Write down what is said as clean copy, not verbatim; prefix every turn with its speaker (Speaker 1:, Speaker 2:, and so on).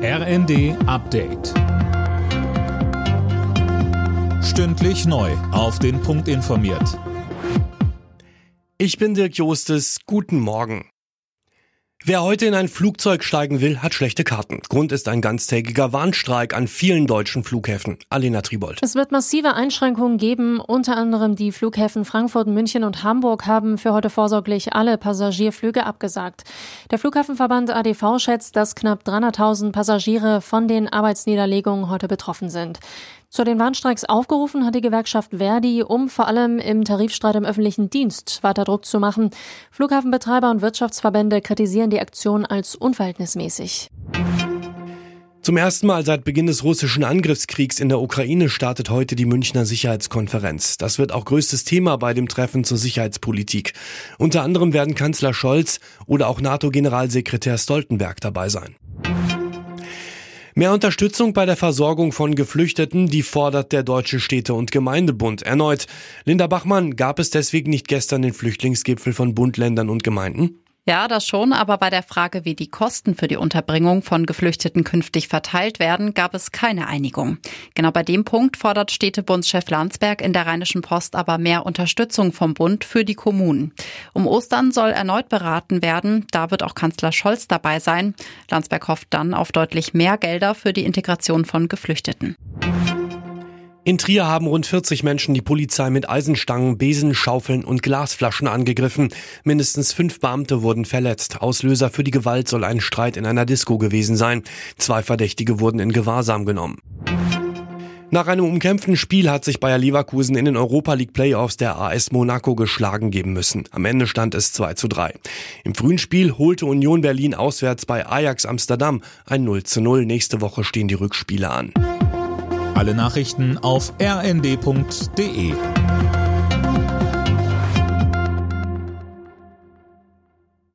Speaker 1: RND Update. Stündlich neu auf den Punkt informiert.
Speaker 2: Ich bin Dirk Jostes. Guten Morgen. Wer heute in ein Flugzeug steigen will, hat schlechte Karten. Grund ist ein ganztägiger Warnstreik an vielen deutschen Flughäfen. Alena Tribold.
Speaker 3: Es wird massive Einschränkungen geben. Unter anderem die Flughäfen Frankfurt, München und Hamburg haben für heute vorsorglich alle Passagierflüge abgesagt. Der Flughafenverband ADV schätzt, dass knapp 300.000 Passagiere von den Arbeitsniederlegungen heute betroffen sind. Zu den Warnstreiks aufgerufen hat die Gewerkschaft ver.di, um vor allem im Tarifstreit im öffentlichen Dienst weiter Druck zu machen. Flughafenbetreiber und Wirtschaftsverbände kritisieren die Aktion als unverhältnismäßig.
Speaker 2: Zum ersten Mal seit Beginn des russischen Angriffskriegs in der Ukraine startet heute die Münchner Sicherheitskonferenz. Das wird auch größtes Thema bei dem Treffen zur Sicherheitspolitik. Unter anderem werden Kanzler Scholz oder auch NATO-Generalsekretär Stoltenberg dabei sein. Mehr Unterstützung bei der Versorgung von Geflüchteten, die fordert der Deutsche Städte- und Gemeindebund erneut. Linda Bachmann, gab es deswegen nicht gestern den Flüchtlingsgipfel von Bund, Ländern und Gemeinden?
Speaker 4: Ja, das schon, aber bei der Frage, wie die Kosten für die Unterbringung von Geflüchteten künftig verteilt werden, gab es keine Einigung. Genau bei dem Punkt fordert Städtebundschef Landsberg in der Rheinischen Post aber mehr Unterstützung vom Bund für die Kommunen. Um Ostern soll erneut beraten werden, da wird auch Kanzler Scholz dabei sein. Landsberg hofft dann auf deutlich mehr Gelder für die Integration von Geflüchteten.
Speaker 2: In Trier haben rund 40 Menschen die Polizei mit Eisenstangen, Besen, Schaufeln und Glasflaschen angegriffen. Mindestens 5 Beamte wurden verletzt. Auslöser für die Gewalt soll ein Streit in einer Disco gewesen sein. 2 Verdächtige wurden in Gewahrsam genommen. Nach einem umkämpften Spiel hat sich Bayer Leverkusen in den Europa League Playoffs der AS Monaco geschlagen geben müssen. Am Ende stand es 2:3. Im frühen Spiel holte Union Berlin auswärts bei Ajax Amsterdam ein 0:0. Nächste Woche stehen die Rückspiele an.
Speaker 1: Alle Nachrichten auf rnd.de.